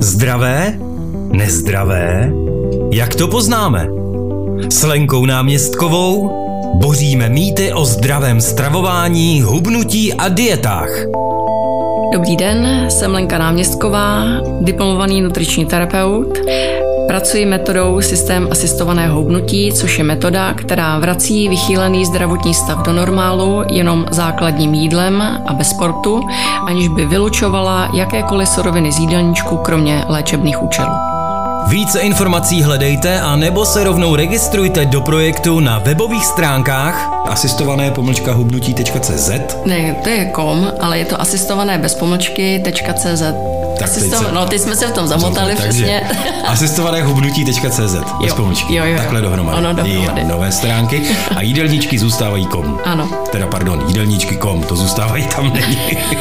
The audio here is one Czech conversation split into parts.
Zdravé? Nezdravé? Jak to poznáme? S Lenkou Náměstkovou boříme mýty o zdravém stravování, hubnutí a dietách. Dobrý den, jsem Lenka Náměstková, diplomovaný nutriční terapeut. Pracuji metodou systém asistovaného hubnutí, což je metoda, která vrací vychýlený zdravotní stav do normálu jenom základním jídlem a bez sportu, aniž by vylučovala jakékoliv suroviny z jídelníčku, kromě léčebných účelů. Více informací hledejte a nebo se rovnou registrujte do projektu na webových stránkách asistované-hubnutí.cz. Ne, to je .com, ale je to asistované bez pomlčky.cz. No, teď jsme se v tom zamotali přesně. Asistované-hubnutí.cz bez pomlčky. Jo. Takhle dohromady. Ono dohromady. Nové stránky a jídelníčky zůstávají .com. Ano. Teda pardon, jídelníčky .com, to zůstávají tam není.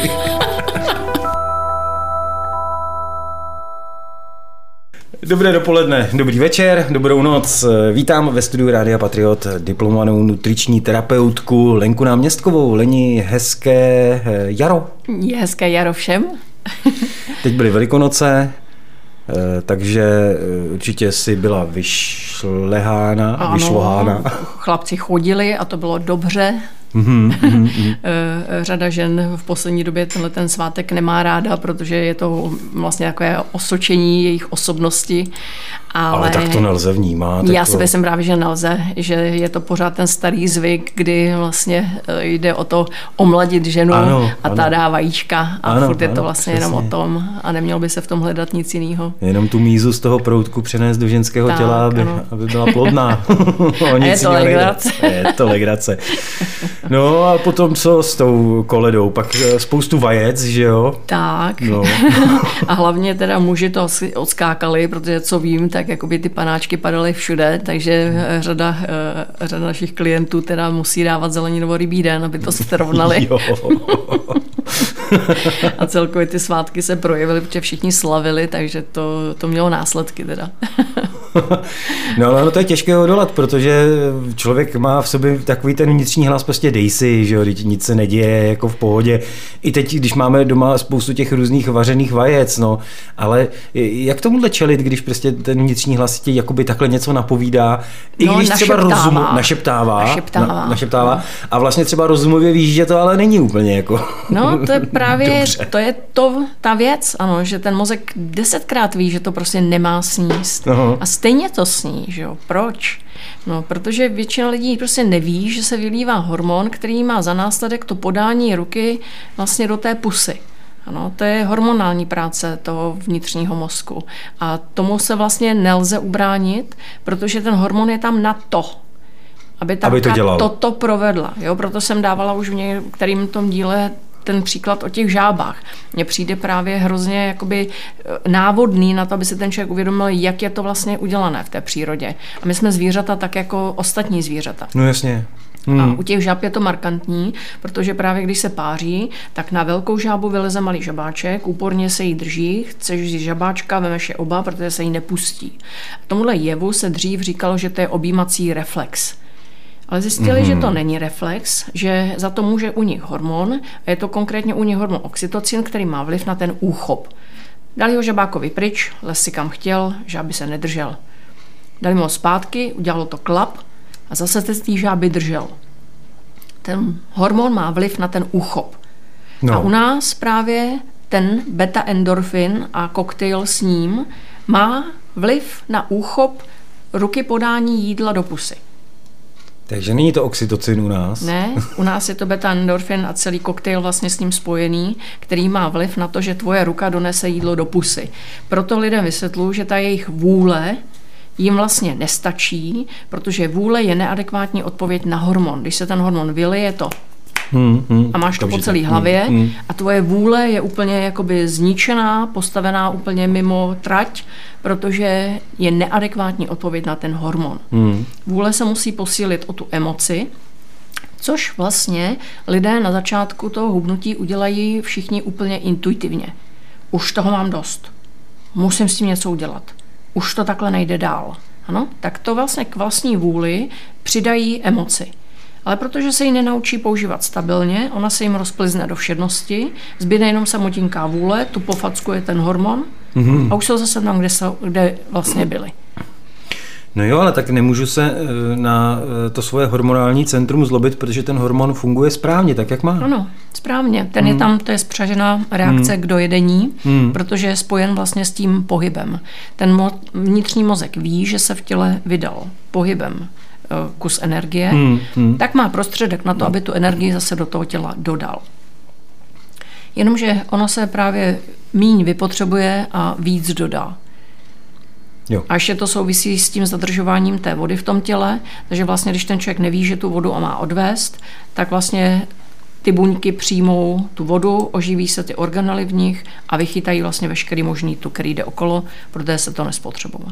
Dobré dopoledne, dobrý večer, dobrou noc. Vítám ve studiu Rádia Patriot diplomovanou nutriční terapeutku Lenku Náměstkovou. Leni, hezké jaro. Hezké jaro všem. Teď byly Velikonoce, takže určitě si byla vyšlehána. Chlapci chodili a to bylo dobře. Řada žen v poslední době ten svátek nemá ráda, protože je to vlastně takové osočení jejich osobnosti. Ale tak to nelze vnímat. Já si myslím právě, že nelze, že je to pořád ten starý zvyk, kdy vlastně jde o to omladit ženu a ta dá vajíčka a furt je to vlastně jenom o tom a nemělo by se v tom hledat nic jiného. Jenom tu mízu z toho proutku přenést do ženského těla, aby byla plodná. Je to legrace. Je to legrace. No a potom co s tou koledou? Pak spoustu vajec, že jo? Tak. No. A hlavně teda muži to odskákali, protože co vím, tak jakoby ty panáčky padaly všude, takže řada našich klientů teda musí dávat zeleninovo-rybí den, aby to srovnali. A celkově ty svátky se projevily, protože všichni slavili, takže to mělo následky teda. No, to je těžké odolat, protože člověk má v sobě takový ten vnitřní hlas, prostě dej si, že jo, nic se neděje, jako v pohodě. I teď, když máme doma spoustu těch různých vařených vajec, no, ale jak tomuhle čelit, když prostě ten vnitřní hlas ti jakoby takhle něco napovídá, i když třeba našeptává a vlastně třeba rozumově víš, že to ale není úplně jako. No, to je právě, ta věc, ano, že ten mozek 10krát ví, že to prostě nemá sníst. A stejně to sní, že jo? Proč? No, protože většina lidí prostě neví, že se vylívá hormon, který má za následek to podání ruky vlastně do té pusy. Ano, to je hormonální práce toho vnitřního mozku. A tomu se vlastně nelze ubránit, protože ten hormon je tam na to, aby toto provedla. Jo? Proto jsem dávala už v některým tom díle ten příklad o těch žábách. Mně přijde právě hrozně jakoby návodný na to, aby si ten člověk uvědomil, jak je to vlastně udělané v té přírodě. A my jsme zvířata tak jako ostatní zvířata. No jasně. A u těch žáb je to markantní, protože právě když se páří, tak na velkou žábu vyleze malý žabáček, úporně se jí drží, chceš vzít žabáčka, vemeš je oba, protože se jí nepustí. A tomuhle jevu se dřív říkalo, že to je objímací reflex. Ale zjistili, že to není reflex, že za to může u nich hormon a je to konkrétně u nich hormon oxytocin, který má vliv na ten úchop. Dali ho žabákovi pryč, les si kam chtěl, žáby se nedržel. Dali mu ho zpátky, udělalo to klap a zase se z té žáby držel. Ten hormon má vliv na ten úchop. No. A u nás právě ten beta-endorfin a koktejl s ním má vliv na úchop ruky podání jídla do pusy. Takže není to oxytocin u nás? Ne, u nás je to beta-endorfin a celý koktejl vlastně s ním spojený, který má vliv na to, že tvoje ruka donese jídlo do pusy. Proto lidem vysvětluji, že ta jejich vůle jim vlastně nestačí, protože vůle je neadekvátní odpověď na hormon. Když se ten hormon vylije to a máš to po celé hlavě a tvoje vůle je úplně jakoby zničená, postavená úplně mimo trať, protože je neadekvátní odpověď na ten hormon. Vůle se musí posílit o tu emoci, což vlastně lidé na začátku toho hubnutí udělají všichni úplně intuitivně. Už toho mám dost. Musím s tím něco udělat. Už to takhle nejde dál. Ano? Tak to vlastně k vlastní vůli přidají emoci. Ale protože se ji nenaučí používat stabilně, ona se jim rozplizne do všednosti, zbyde jenom samotinká vůle, tu pofackuje ten hormon A už jsou zase tam, kde vlastně byli. No jo, ale tak nemůžu se na to svoje hormonální centrum zlobit, protože ten hormon funguje správně, tak jak má. Ano, správně. Ten je tam, to je spřažená reakce k dojedení, protože je spojen vlastně s tím pohybem. Ten vnitřní mozek ví, že se v těle vydal pohybem kus energie, tak má prostředek na to, aby tu energii zase do toho těla dodal. Jenomže ono se právě míň vypotřebuje a víc dodá. Jo. A ještě to souvisí s tím zadržováním té vody v tom těle, takže vlastně, když ten člověk neví, že tu vodu má odvést, tak vlastně ty buňky přijmou tu vodu, oživí se ty organely v nich a vychytají vlastně veškerý možný tuk, který jde okolo, protože se to nespotřebuje.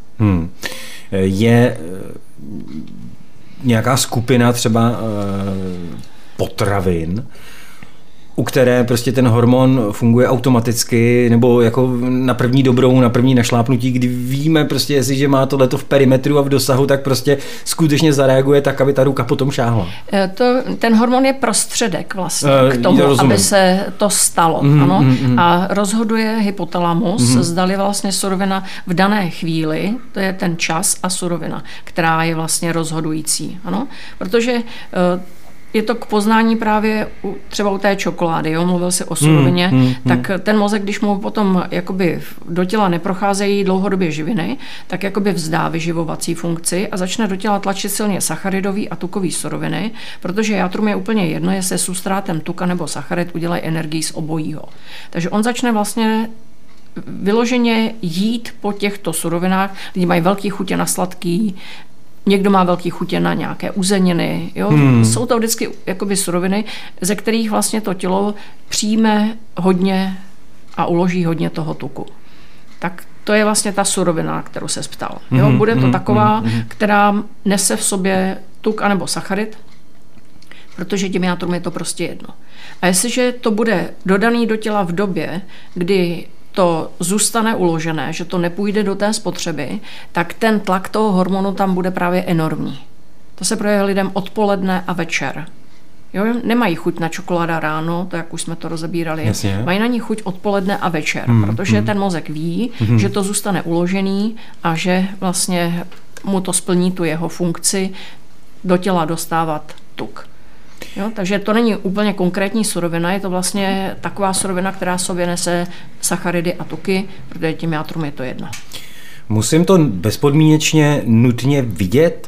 Je nějaká skupina třeba potravin, u které prostě ten hormon funguje automaticky, nebo jako na první dobrou, na první našlápnutí, kdy víme prostě, jestliže má tohleto v perimetru a v dosahu, tak prostě skutečně zareaguje tak, aby ta ruka potom šáhla. Ten hormon je prostředek vlastně k tomu, aby se to stalo. Ano? A rozhoduje hypotalamus, zdali vlastně surovina v dané chvíli, to je ten čas a surovina, která je vlastně rozhodující. Ano? Protože je to k poznání právě třeba u té čokolády, jo? Mluvil si o surovině, tak ten mozek, když mu potom jakoby do těla neprocházejí dlouhodobě živiny, tak jakoby vzdá vyživovací funkci a začne do těla tlačit silně sacharidový a tukový suroviny, protože játrum je úplně jedno, jestli s substrátem tuka nebo sacharid udělají energii z obojího. Takže on začne vlastně vyloženě jít po těchto surovinách, lidi mají velký chutě na sladký, někdo má velký chutě na nějaké uzeniny. Jo? Jsou to vždycky jakoby suroviny, ze kterých vlastně to tělo přijme hodně a uloží hodně toho tuku. Tak to je vlastně ta surovina, kterou se ptal. Jo? Bude to taková, která nese v sobě tuk anebo sacharid, protože těm játrům je to prostě jedno. A jestliže to bude dodaný do těla v době, kdy to zůstane uložené, že to nepůjde do té spotřeby, tak ten tlak toho hormonu tam bude právě enormní. To se projeví lidem odpoledne a večer. Jo? Nemají chuť na čokoláda ráno, to jak už jsme to rozebírali. Jasně. Mají na ní chuť odpoledne a večer, protože ten mozek ví, že to zůstane uložený a že vlastně mu to splní tu jeho funkci do těla dostávat tuk. Jo, takže to není úplně konkrétní surovina, je to vlastně taková surovina, která sobě nese sacharidy a tuky, protože těm játrům je to jedno. Musím to bezpodmínečně nutně vidět?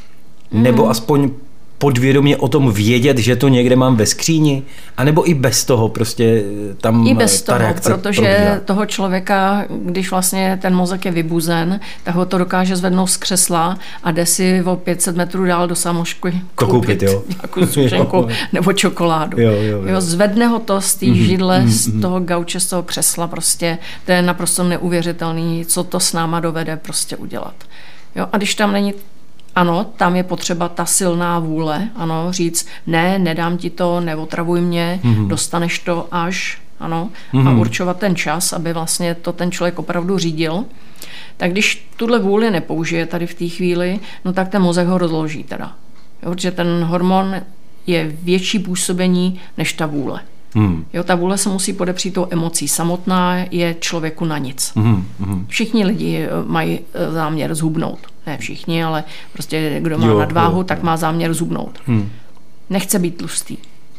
Nebo aspoň podvědomě o tom vědět, že to někde mám ve skříni? A nebo i bez toho prostě tam i bez ta toho, reakce protože probíhá? toho člověka, když vlastně ten mozek je vybuzen, tak ho to dokáže zvednout z křesla a jde si o 500 metrů dál do samošky koupit nějakou sušenku nebo čokoládu. Jo, zvedne ho to z té židle, z toho gauče, z toho křesla prostě. To je naprosto neuvěřitelný, co to s náma dovede prostě udělat. Jo, a když tam není ano, tam je potřeba ta silná vůle, ano, říct ne, nedám ti to, neotravuj mě, dostaneš to až, ano, a určovat ten čas, aby vlastně to ten člověk opravdu řídil. Tak když tuhle vůli nepoužije tady v té chvíli, no tak ten mozek ho rozloží teda. Jo, protože ten hormon je větší působení než ta vůle. Jo, ta vůle se musí podepřít tou emocí. Samotná je člověku na nic. Všichni lidi mají záměr zhubnout. Ne všichni, ale prostě kdo má nadváhu, tak má záměr zhubnout. Nechce být tlustý.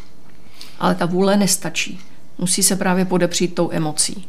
Ale ta vůle nestačí. Musí se právě podepřít tou emocí.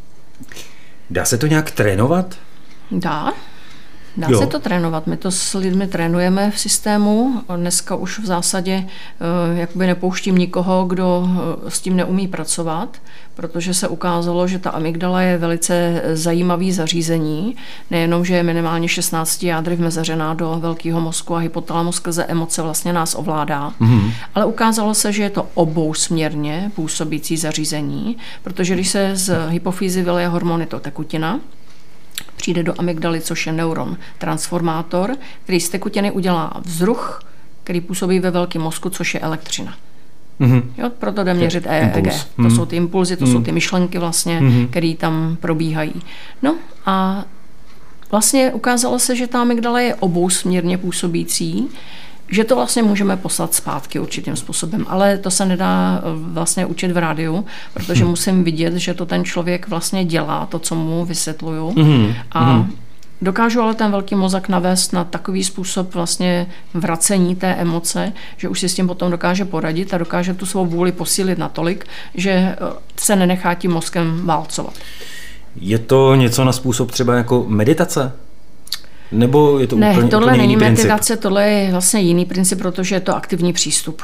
Dá se to nějak trénovat? Dá se to trénovat. My to s lidmi trénujeme v systému. Dneska už v zásadě jakoby nepouštím nikoho, kdo s tím neumí pracovat, protože se ukázalo, že ta amygdala je velice zajímavý zařízení. Nejenom, že je minimálně 16 jádry vmezeřená do velkého mozku a hypotalamus skrze emoce vlastně nás ovládá. Ale ukázalo se, že je to obousměrně působící zařízení, protože když se z hypofýzy vyleje hormon, je to tekutina, přijde do amygdaly, což je neuron transformátor, který z tekutiny udělá vzruch, který působí ve velkém mozku, což je elektřina. Jo, proto jde měřit EEG. To jsou ty impulzy, to jsou ty myšlenky vlastně, které tam probíhají. No a vlastně ukázalo se, že ta amygdala je obousměrně působící, že to vlastně můžeme poslat zpátky určitým způsobem, ale to se nedá vlastně učit v rádiu, protože musím vidět, že to ten člověk vlastně dělá, to, co mu vysvětluju. A dokážu ale ten velký mozek navést na takový způsob vlastně vracení té emoce, že už si s tím potom dokáže poradit a dokáže tu svou vůli posílit natolik, že se nenechá tím mozkem válcovat. Je to něco na způsob třeba jako meditace? Nebo je to ne, úplně tohle není jiný meditace, princip? tohle je vlastně jiný princip, protože je to aktivní přístup.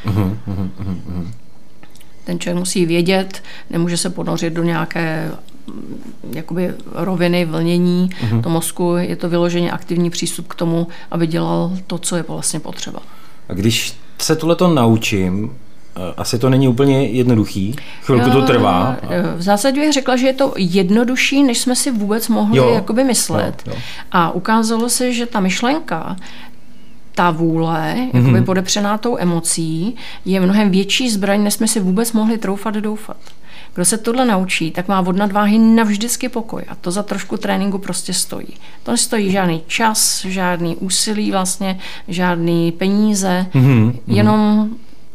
Ten člověk musí vědět, nemůže se ponořit do nějaké jakoby roviny vlnění do mozku, je to vyloženě aktivní přístup k tomu, aby dělal to, co je vlastně potřeba. A když se tohleto naučím, asi to není úplně jednoduchý, chvilku to trvá. V zásadě bych řekla, že je to jednodušší, než jsme si vůbec mohli jakoby myslet. Jo. A ukázalo se, že ta myšlenka, ta vůle, jakoby podepřená tou emocí, je mnohem větší zbraň, než jsme si vůbec mohli troufat doufat. Kdo se tohle naučí, tak má od nadváhy navždycky pokoj. A to za trošku tréninku prostě stojí. To nestojí žádný čas, žádný úsilí vlastně, žádný peníze, jenom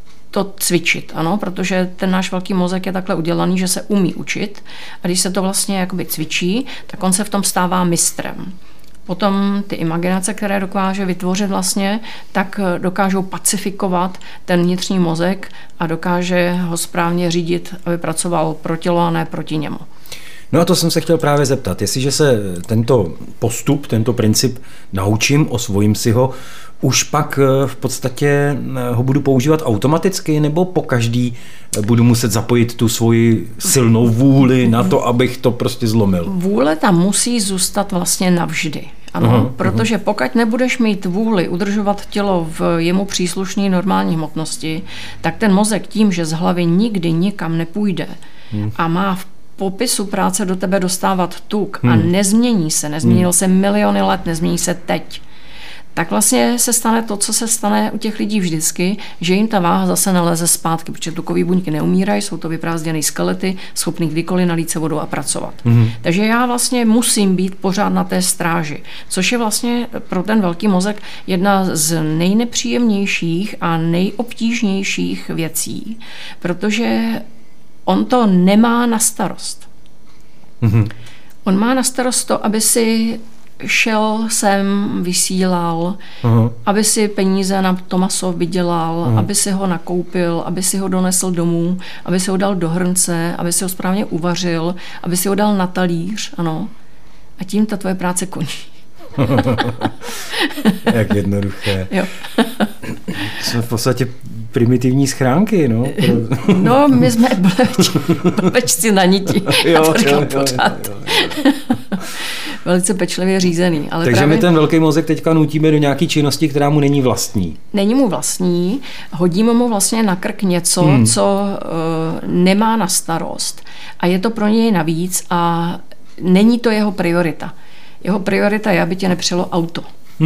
to cvičit, ano, protože ten náš velký mozek je takhle udělaný, že se umí učit a když se to vlastně jakoby cvičí, tak on se v tom stává mistrem. Potom ty imaginace, které dokáže vytvořit vlastně, tak dokážou pacifikovat ten vnitřní mozek a dokáže ho správně řídit, aby pracoval pro tělo a ne proti němu. No a to jsem se chtěl právě zeptat. Jestliže se tento postup, tento princip naučím, osvojím si ho, už pak v podstatě ho budu používat automaticky, nebo pokaždý budu muset zapojit tu svoji silnou vůli na to, abych to prostě zlomil? Vůle tam musí zůstat vlastně navždy. Ano, protože pokud nebudeš mít vůli udržovat tělo v jemu příslušné normální hmotnosti, tak ten mozek tím, že z hlavy nikdy nikam nepůjde a má v popisu práce do tebe dostávat tuk a nezmění se, nezměnil se miliony let, nezmění se teď, tak vlastně se stane to, co se stane u těch lidí vždycky, že jim ta váha zase naleze zpátky, protože tukové buňky neumírají, jsou to vyprázdněné skelety, schopný kdykoliv nalít se vodou a pracovat. Takže já vlastně musím být pořád na té stráži, což je vlastně pro ten velký mozek jedna z nejnepříjemnějších a nejobtížnějších věcí, protože on to nemá na starost. On má na starost to, aby si šel sem, vysílal, aby si peníze na to maso vydělal, aby si ho nakoupil, aby si ho donesl domů, aby si ho dal do hrnce, aby si ho správně uvařil, aby si ho dal na talíř, ano. A tím ta tvoje práce končí. Jak jednoduché. Jo. Jsme v podstatě primitivní schránky, no. No, my jsme blbečci na niti. Jo. Velice pečlivě řízený. Ale takže právě my ten velký mozek teďka nutíme do nějaké činnosti, která mu není vlastní. Není mu vlastní, hodíme mu vlastně na krk něco, co nemá na starost a je to pro něj navíc a není to jeho priorita. Jeho priorita je, aby tě nepřijelo auto.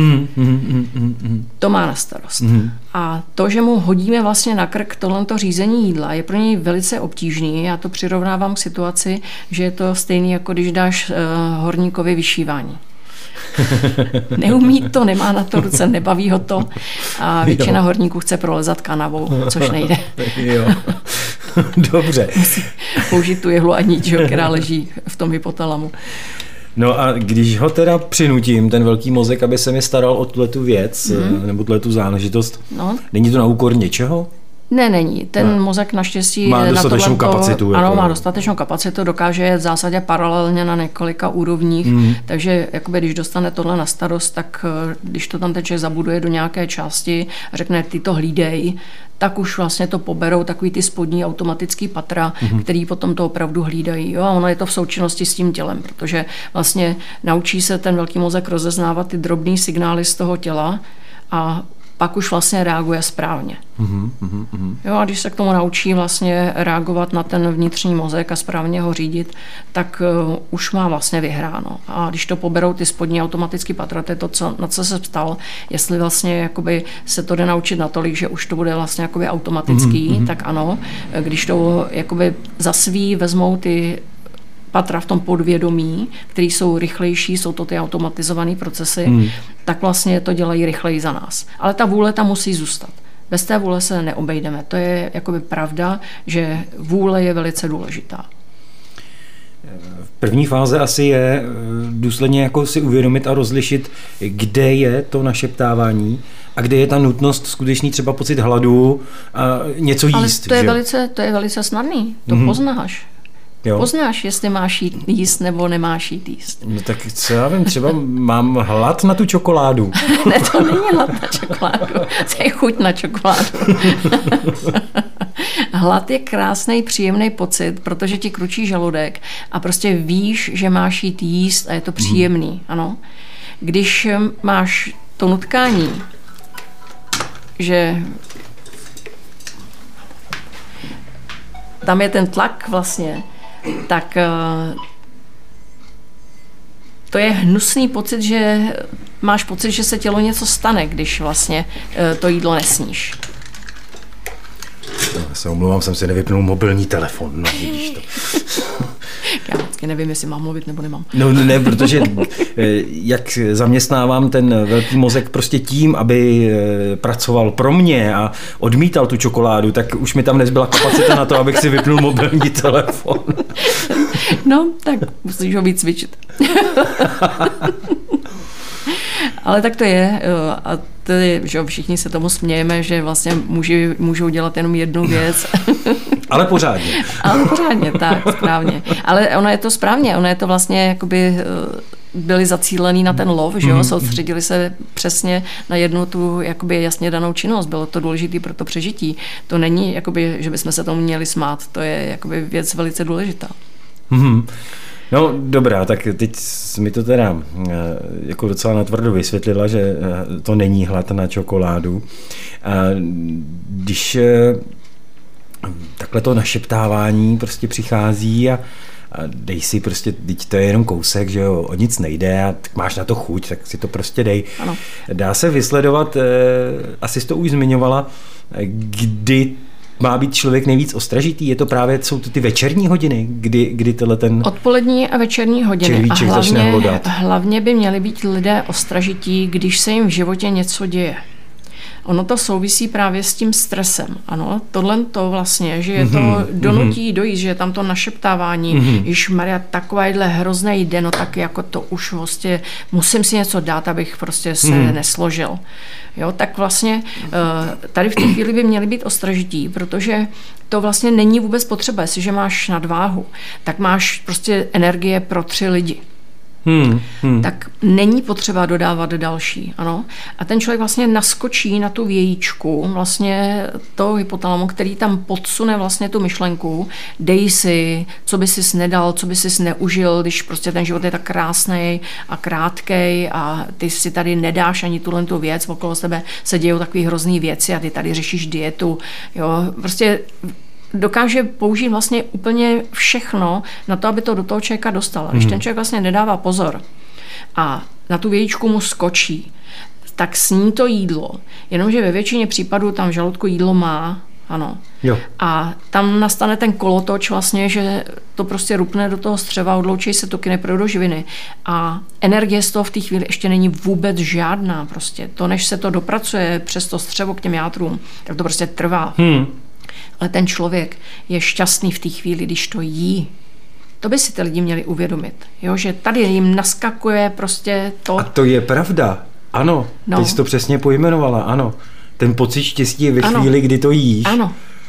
To má na starost. A to, že mu hodíme vlastně na krk tohleto řízení jídla, je pro něj velice obtížný. Já to přirovnávám k situaci, že je to stejný, jako když dáš horníkovi vyšívání. Neumí to, nemá na to ruce, nebaví ho to a většina horníků chce prolezat kanavou, což nejde. Jo. Dobře. Musí použít tu jehlu a niť, která leží v tom hypotalamu. No a když ho teda přinutím, ten velký mozek, aby se mi staral o tuhletu věc, nebo tuhletu záležitost, není to na úkor něčeho? Ne, není. Ten mozek naštěstí má dostatečnou kapacitu. Ano, má dostatečnou kapacitu, dokáže jet v zásadě paralelně na několika úrovních, takže jakoby, když dostane tohle na starost, tak když to tam ten člověk zabuduje do nějaké části a řekne, ty to hlídej, tak už vlastně to poberou takový ty spodní automatický patra, který potom to opravdu hlídají. Jo? A ono je to v součinnosti s tím tělem, protože vlastně naučí se ten velký mozek rozeznávat ty drobné signály z toho těla a pak už vlastně reaguje správně. Jo, a když se k tomu naučí vlastně reagovat na ten vnitřní mozek a správně ho řídit, tak už má vlastně vyhráno. A když to poberou ty spodní automatický patra, to je to, na co se ptal, jestli vlastně jakoby se to jde naučit natolik, že už to bude vlastně jakoby automatický, tak ano. Když to jakoby za svý vezmou ty patra v tom podvědomí, které jsou rychlejší, jsou to ty automatizované procesy, tak vlastně to dělají rychleji za nás. Ale ta vůle tam musí zůstat. Bez té vůle se neobejdeme. To je jakoby pravda, že vůle je velice důležitá. V první fáze asi je důsledně jako si uvědomit a rozlišit, kde je to našeptávání a kde je ta nutnost, skutečný třeba pocit hladu a něco jíst. Ale to je velice snadný. To poznáš. Jo. Poznáš, jestli máš jít jíst nebo nemáš jít jíst. No tak co já vím, třeba mám hlad na tu čokoládu. Ne, to není hlad na čokoládu, to je chuť na čokoládu. Hlad je krásný, příjemný pocit, protože ti kručí žaludek a prostě víš, že máš jít jíst a je to příjemný, ano. Když máš to nutkání, že tam je ten tlak vlastně, tak to je hnusný pocit, že máš pocit, že se tělo něco stane, když vlastně to jídlo nesníš. Já se omlouvám, jsem si nevypnul mobilní telefon. No, vidíš to. Já vždycky nevím, jestli mám mluvit nebo nemám. No ne, protože jak zaměstnávám ten velký mozek prostě tím, aby pracoval pro mě a odmítal tu čokoládu, tak už mi tam nezbyla kapacita na to, abych si vypnul mobilní telefon. No, tak musíš ho víc cvičit. Ale tak to je. A tedy, že všichni se tomu smějeme, že vlastně můžou dělat jenom jednu věc. Ale pořádně. Ale pořádně, tak, správně. Ale ono je to správně, ono je to vlastně jakoby byli zacílení na ten lov, že jo, soustředili se přesně na jednu tu jakoby jasně danou činnost, bylo to důležité pro to přežití. To není, jakoby, že bychom se tomu měli smát, to je jakoby věc velice důležitá. No dobrá, tak teď mi to teda jako docela natvrdo vysvětlila, že to není hlad na čokoládu. Když takhle to našeptávání prostě přichází a dej si prostě, teď to je jenom kousek, že jo, o nic nejde a tak máš na to chuť, tak si to prostě dej. Ano. Dá se vysledovat, asi jsi to už zmiňovala, kdy má být člověk nejvíc ostražitý? Je to právě, jsou to ty večerní hodiny, kdy tohle ten odpolední a večerní hodiny. A hlavně by měli být lidé ostražití, když se jim v životě něco děje. Ono to souvisí právě s tím stresem. Ano, tohle to vlastně, že je to donutí dojít, že je tam to našeptávání, ježišmarja, takovýhle hrozný den, no tak jako to už vlastně musím si něco dát, abych prostě se nesložil. Jo, tak vlastně tady v té chvíli by měli být ostražití, protože to vlastně není vůbec potřeba. Jestliže máš nadváhu, tak máš prostě energie pro 3 lidi. Tak není potřeba dodávat další, ano. A ten člověk vlastně naskočí na tu vějíčku, vlastně to hypotalamu, který tam podsune vlastně tu myšlenku, dej si, co by sis nedal, co by sis neužil, když prostě ten život je tak krásnej a krátkej a ty si tady nedáš ani tu věc, okolo sebe se dějou takový hrozný věci a ty tady řešíš dietu, jo, prostě dokáže použít vlastně úplně všechno na to, aby to do toho člověka dostal. Když ten člověk vlastně nedává pozor a na tu vějíčku mu skočí, tak sní to jídlo. Jenomže ve většině případů tam v žaludku jídlo má, ano. Jo. A tam nastane ten kolotoč vlastně, že to prostě rupne do toho střeva, odloučí se tuky, neprojdou živiny. A energie z toho v té chvíli ještě není vůbec žádná prostě. To, než se to dopracuje přes to střevo k těm játrům, tak to prostě trvá. Ale ten člověk je šťastný v té chvíli, když to jí. To by si ty lidi měli uvědomit. Jo? Že tady jim naskakuje prostě to. A to je pravda. Ano, no. Ty jsi to přesně pojmenovala, ano. Ten pocit štěstí je ve chvíli, kdy to jíš. Ano.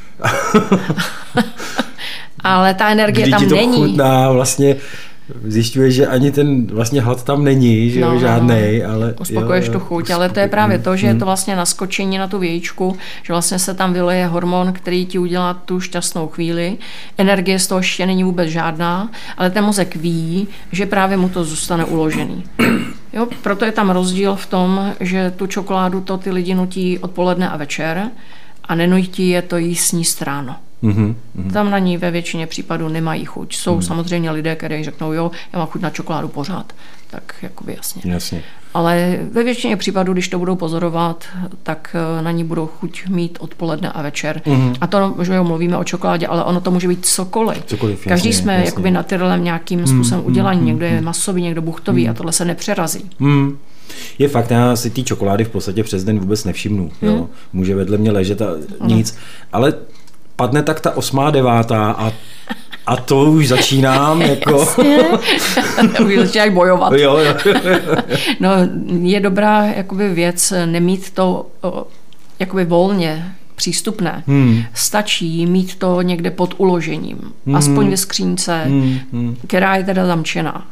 Ale ta energie tam není. Když ti to chutná, vlastně zjišťuješ, že ani ten vlastně hlad tam není, že jo, žádnej, ale uspokoješ tu chuť, ale to je právě to, že je to vlastně naskočení na tu vějíčku, že vlastně se tam vyleje hormon, který ti udělá tu šťastnou chvíli. Energie z toho ještě není vůbec žádná, ale ten mozek ví, že právě mu to zůstane uložený. Jo, proto je tam rozdíl v tom, že tu čokoládu to ty lidi nutí odpoledne a večer a nenutí je to jíst sníst ráno. Tam na ní ve většině případů nemají chuť. Jsou samozřejmě lidé, kteří řeknou, jo, já mám chuť na čokoládu pořád. Tak jakoby jasně. Ale ve většině případů, když to budou pozorovat, tak na ní budou chuť mít odpoledne a večer. A to, že mluvíme o čokoládě, ale ono to může být cokoliv. Každý jsme jakoby na tyrolem nějakým způsobem udělaný. Někdo je masový, někdo buchtový a tohle se nepřerazí. Je fakt, já si ty čokolády v podstatě přes den vůbec nevšimnu. Jo. Může vedle mě ležet a nic. Ale padne tak ta 8., 9. a to už začínám jako... Už začínáš bojovat. Jo. No, je dobrá jakoby věc nemít to jakoby volně přístupné. Stačí mít to někde pod uložením. Aspoň ve skřínce, která je teda zamčená.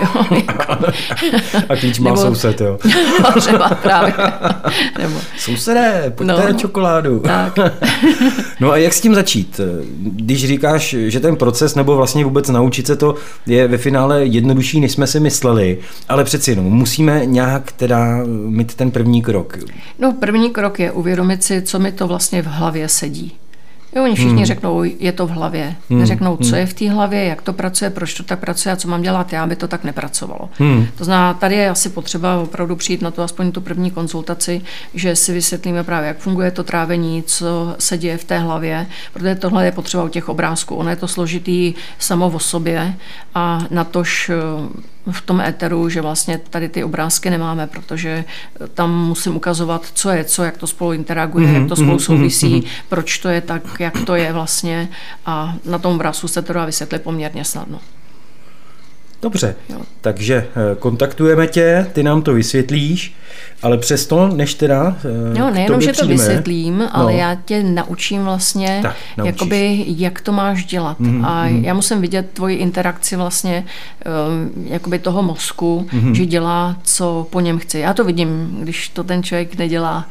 A klíč má soused, jo. Třeba právě. Nebo... Sousedé, pojďte čokoládu. Tak. No a jak s tím začít? Když říkáš, že ten proces nebo vlastně vůbec naučit se to je ve finále jednodušší, než jsme si mysleli, ale přeci jenom musíme nějak teda mít ten první krok. No, první krok je uvědomit si, co mi to vlastně v hlavě sedí. Jo, oni všichni řeknou, je to v hlavě. Neřeknou, co je v té hlavě, jak to pracuje, proč to tak pracuje a co mám dělat já, aby to tak nepracovalo. To znamená, tady je asi potřeba opravdu přijít na to aspoň tu první konzultaci, že si vysvětlíme právě, jak funguje to trávení, co se děje v té hlavě, protože tohle je potřeba u těch obrázků. Ono je to složitý samo o sobě a natož v tom éteru, že vlastně tady ty obrázky nemáme, protože tam musím ukazovat, co je co, jak to spolu interaguje, jak to spolu souvisí, proč to je tak, jak to je vlastně a na tom obrázku se to dá vysvětlit poměrně snadno. Dobře, takže kontaktujeme tě, ty nám to vysvětlíš, ale přesto, než teda no, nejenom, že to vysvětlím, ale já tě naučím vlastně, jakoby, jak to máš dělat. A já musím vidět tvoji interakci vlastně jakoby toho mozku, že dělá, co po něm chce. Já to vidím, když to ten člověk nedělá.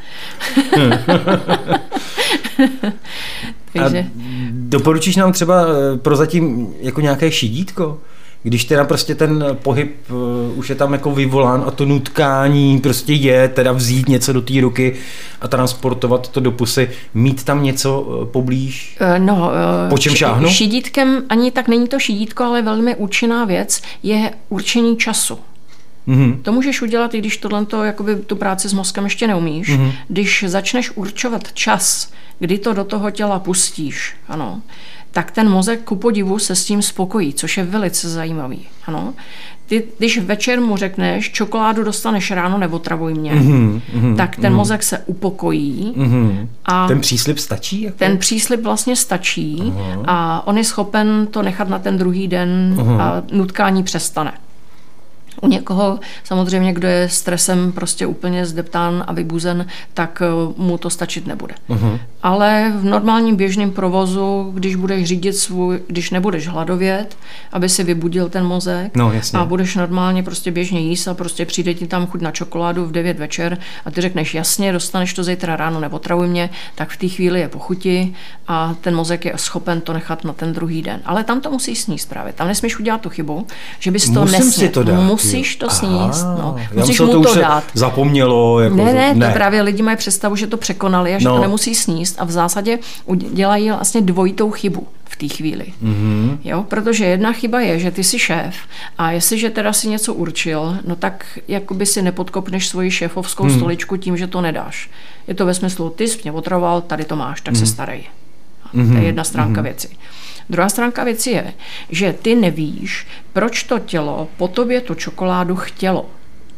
Takže... A doporučíš nám třeba prozatím jako nějaké šidítko? Když teda prostě ten pohyb už je tam jako vyvolán a to nutkání prostě je teda vzít něco do té ruky a transportovat to do pusy, mít tam něco poblíž? No, po čem šáhnu? Šidítkem ani tak není to šidítko, ale velmi účinná věc je určení času. To můžeš udělat, i když jakoby tu práci s mozkem ještě neumíš. Když začneš určovat čas, kdy to do toho těla pustíš, ano, tak ten mozek ku podivu se s tím spokojí, což je velice zajímavý. Ano. Ty, když večer mu řekneš, čokoládu dostaneš ráno, neotravuj mě, tak ten mozek se upokojí. A ten příslib stačí? Jako? Ten příslib vlastně stačí a on je schopen to nechat na ten druhý den a nutkání přestane. U někoho samozřejmě, kdo je stresem prostě úplně zdeptán a vybuzen, tak mu to stačit nebude. Ale v normálním běžném provozu, když budeš řídit když nebudeš hladovět, aby si vybudil ten mozek a budeš normálně prostě běžně jíst a prostě přijde ti tam chuť na čokoládu v 9 večer a ty řekneš jasně, dostaneš to zítra ráno, neotravuj mě, tak v té chvíli je po chuti a ten mozek je schopen to nechat na ten druhý den. Ale tam to musíš sníst právě. Tam nesmíš udělat tu chybu, že bys to nesněl. Musíš to sníst. No. Musíš mu to dát. Zapomnělo. Jako ne, to právě lidi mají představu, že to překonali a že to nemusí sníst a v zásadě dělají vlastně dvojitou chybu v té chvíli. Jo? Protože jedna chyba je, že ty jsi šéf a jestliže teda si něco určil, no tak jakoby si nepodkopneš svoji šéfovskou stoličku tím, že to nedáš. Je to ve smyslu, ty jsi mě otravoval, tady to máš, tak se starej. To je jedna stránka věci. Druhá stránka věci je, že ty nevíš, proč to tělo po tobě tu čokoládu chtělo.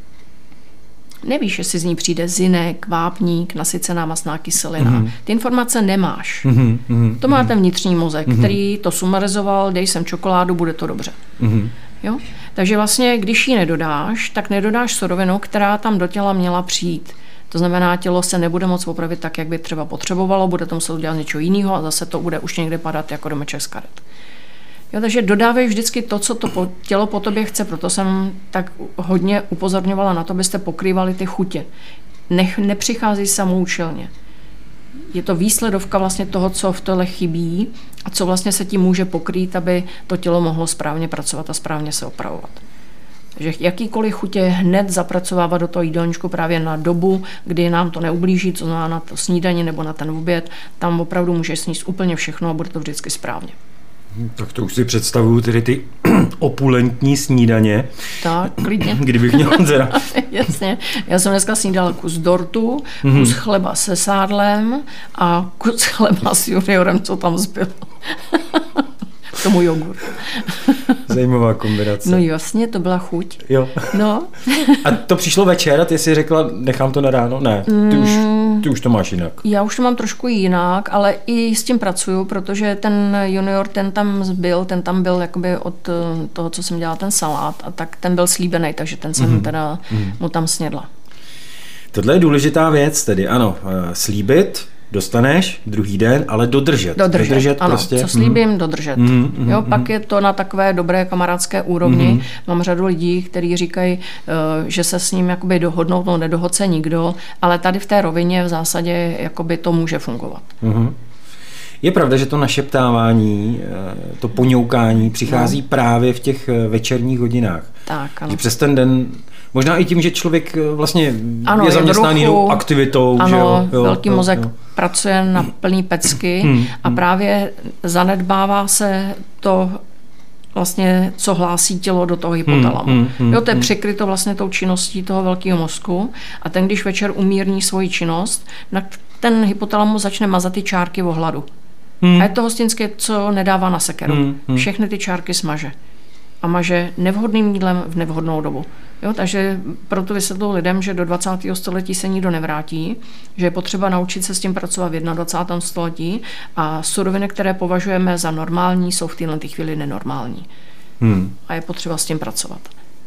Nevíš, jestli z ní přijde zinek, vápník, nasycená mastná kyselina. Ty informace nemáš. To má ten vnitřní mozek, který to sumarizoval, dej sem čokoládu, bude to dobře. Jo? Takže vlastně, když ji nedodáš, tak nedodáš surovinu, která tam do těla měla přijít. To znamená, tělo se nebude moc opravit tak, jak by třeba potřebovalo, bude to muset udělat něco jiného a zase to bude už někde padat jako domeček z karet. Jo, takže dodávej vždycky to, co to tělo po tobě chce, proto jsem tak hodně upozorňovala na to, abyste pokrývali ty chutě. Nepřichází samoučelně. Je to výsledovka vlastně toho, co v těle chybí a co vlastně se tím může pokrýt, aby to tělo mohlo správně pracovat a správně se opravovat. Takže jakýkoliv chutě hned zapracovávat do toho jídelníčku právě na dobu, kdy nám to neublíží, co znamená na to snídani nebo na ten oběd, tam opravdu můžeš sníst úplně všechno a bude to vždycky správně. Tak to už si představuju tedy ty opulentní snídaně. Tak, klidně. Kdybych měl teda. Jasně. Já jsem dneska snídala kus dortu, kus chleba se sádlem a kus chleba s juniorem, co tam zbyl. K tomu jogurt. Zajímavá kombinace. No jasně, to byla chuť. Jo. No. A to přišlo večer a ty jsi řekla, nechám to na ráno? Ne, ty už to máš jinak. Já už to mám trošku jinak, ale i s tím pracuju, protože ten junior, ten tam byl jakoby od toho, co jsem dělala ten salát, a tak ten byl slíbený, takže ten jsem teda mu tam snědla. Tohle je důležitá věc, tedy ano, slíbit, dostaneš druhý den, ale dodržet ano, prostě. Co slíbím, dodržet. Jo, pak je to na takové dobré kamarádské úrovni. Mám řadu lidí, kteří říkají, že se s ním jakoby dohodnou, no nedohod se nikdo, ale tady v té rovině v zásadě jakoby to může fungovat. Je pravda, že to našeptávání, to poňoukání přichází právě v těch večerních hodinách. Tak, ano. Že přes ten den, možná i tím, že člověk vlastně je zaměstnaný jinou aktivitou. Ano, že jo? Velký mozek pracuje na plný pecky a právě zanedbává se to vlastně, co hlásí tělo do toho hypotalamu. Jo, to je přikryto vlastně tou činností toho velkého mozku a ten, když večer umírní svoji činnost, ten hypotalamus začne mazat ty čárky o hladu. A je to hostinské, co nedává na sekeru. Všechny ty čárky smaže. A maže nevhodným jídlem v nevhodnou dobu. Jo, takže proto vysvětluji lidem, že do 20. století se nikdo nevrátí, že je potřeba naučit se s tím pracovat v 21. století a suroviny, které považujeme za normální, jsou v této chvíli nenormální. A je potřeba s tím pracovat.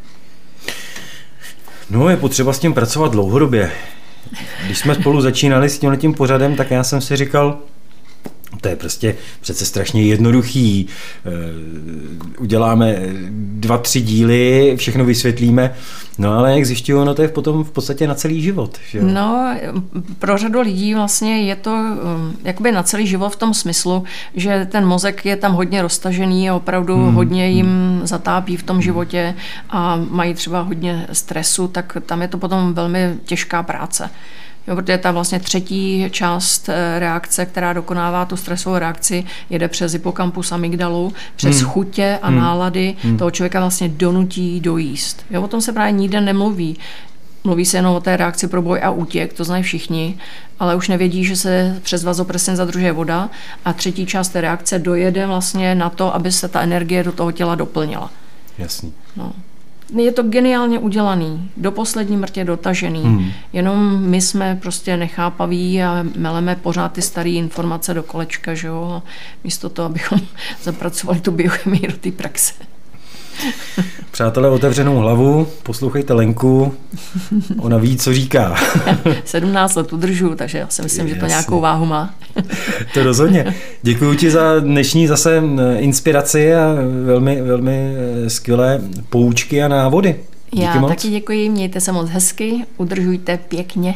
No, je potřeba s tím pracovat dlouhodobě. Když jsme spolu začínali s tímhletím pořadem, tak já jsem si říkal, to je prostě přece strašně jednoduchý. Uděláme 2-3 díly, všechno vysvětlíme, no ale jak zjišťuju, no to je potom v podstatě na celý život. Že? No, pro řadu lidí vlastně je to jakoby na celý život v tom smyslu, že ten mozek je tam hodně roztažený a opravdu hodně jim zatápí v tom životě a mají třeba hodně stresu, tak tam je to potom velmi těžká práce. Jo, protože ta vlastně třetí část reakce, která dokonává tu stresovou reakci, jede přes hypokampus amygdalu, přes chutě a nálady toho člověka vlastně donutí dojíst. Jo, o tom se právě nikde nemluví. Mluví se jenom o té reakci pro boj a útěk, to znají všichni, ale už nevědí, že se přes vazopresin zadržuje voda a třetí část té reakce dojede vlastně na to, aby se ta energie do toho těla doplnila. Jasný. No. Je to geniálně udělaný, do poslední mrtě dotažený, jenom my jsme prostě nechápaví a meleme pořád ty staré informace do kolečka, že jo, místo toho, abychom zapracovali tu biochemii do té praxe. Přátelé, otevřenou hlavu, poslouchejte Lenku, ona ví, co říká. 17 let udržu, takže já si myslím, že to nějakou váhu má. To rozhodně. Děkuji ti za dnešní zase inspiraci a velmi, velmi skvělé poučky a návody. Díky já moc. Taky děkuji, mějte se moc hezky, udržujte pěkně.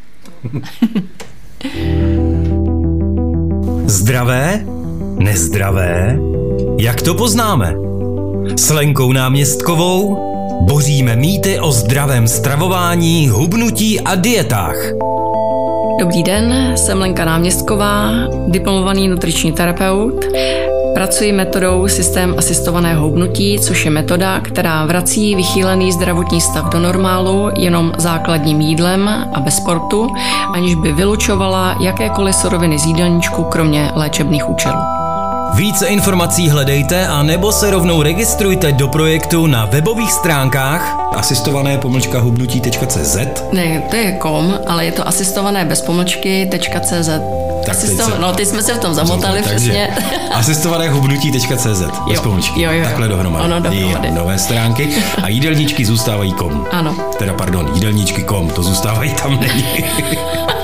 Zdravé? Nezdravé? Jak to poznáme? S Lenkou Náměstkovou boříme mýty o zdravém stravování, hubnutí a dietách. Dobrý den, jsem Lenka Náměstková, diplomovaný nutriční terapeut. Pracuji metodou systém asistovaného hubnutí, což je metoda, která vrací vychýlený zdravotní stav do normálu jenom základním jídlem a bez sportu, aniž by vylučovala jakékoliv suroviny z jídelníčku, kromě léčebných účelů. Více informací hledejte a nebo se rovnou registrujte do projektu na webových stránkách asistované-hubnutí.cz. Ne, to je .com, ale je to asistované bez pomlčky.cz. Teď jsme se v tom zamotali přesně. Asistované-hubnutí.cz bez pomlčky. Jo. Takhle dohromady. Ono dohromady. Nové stránky a jídelníčky zůstávají .com. Ano. Teda pardon, jídelníčky.com, to zůstávají tam není.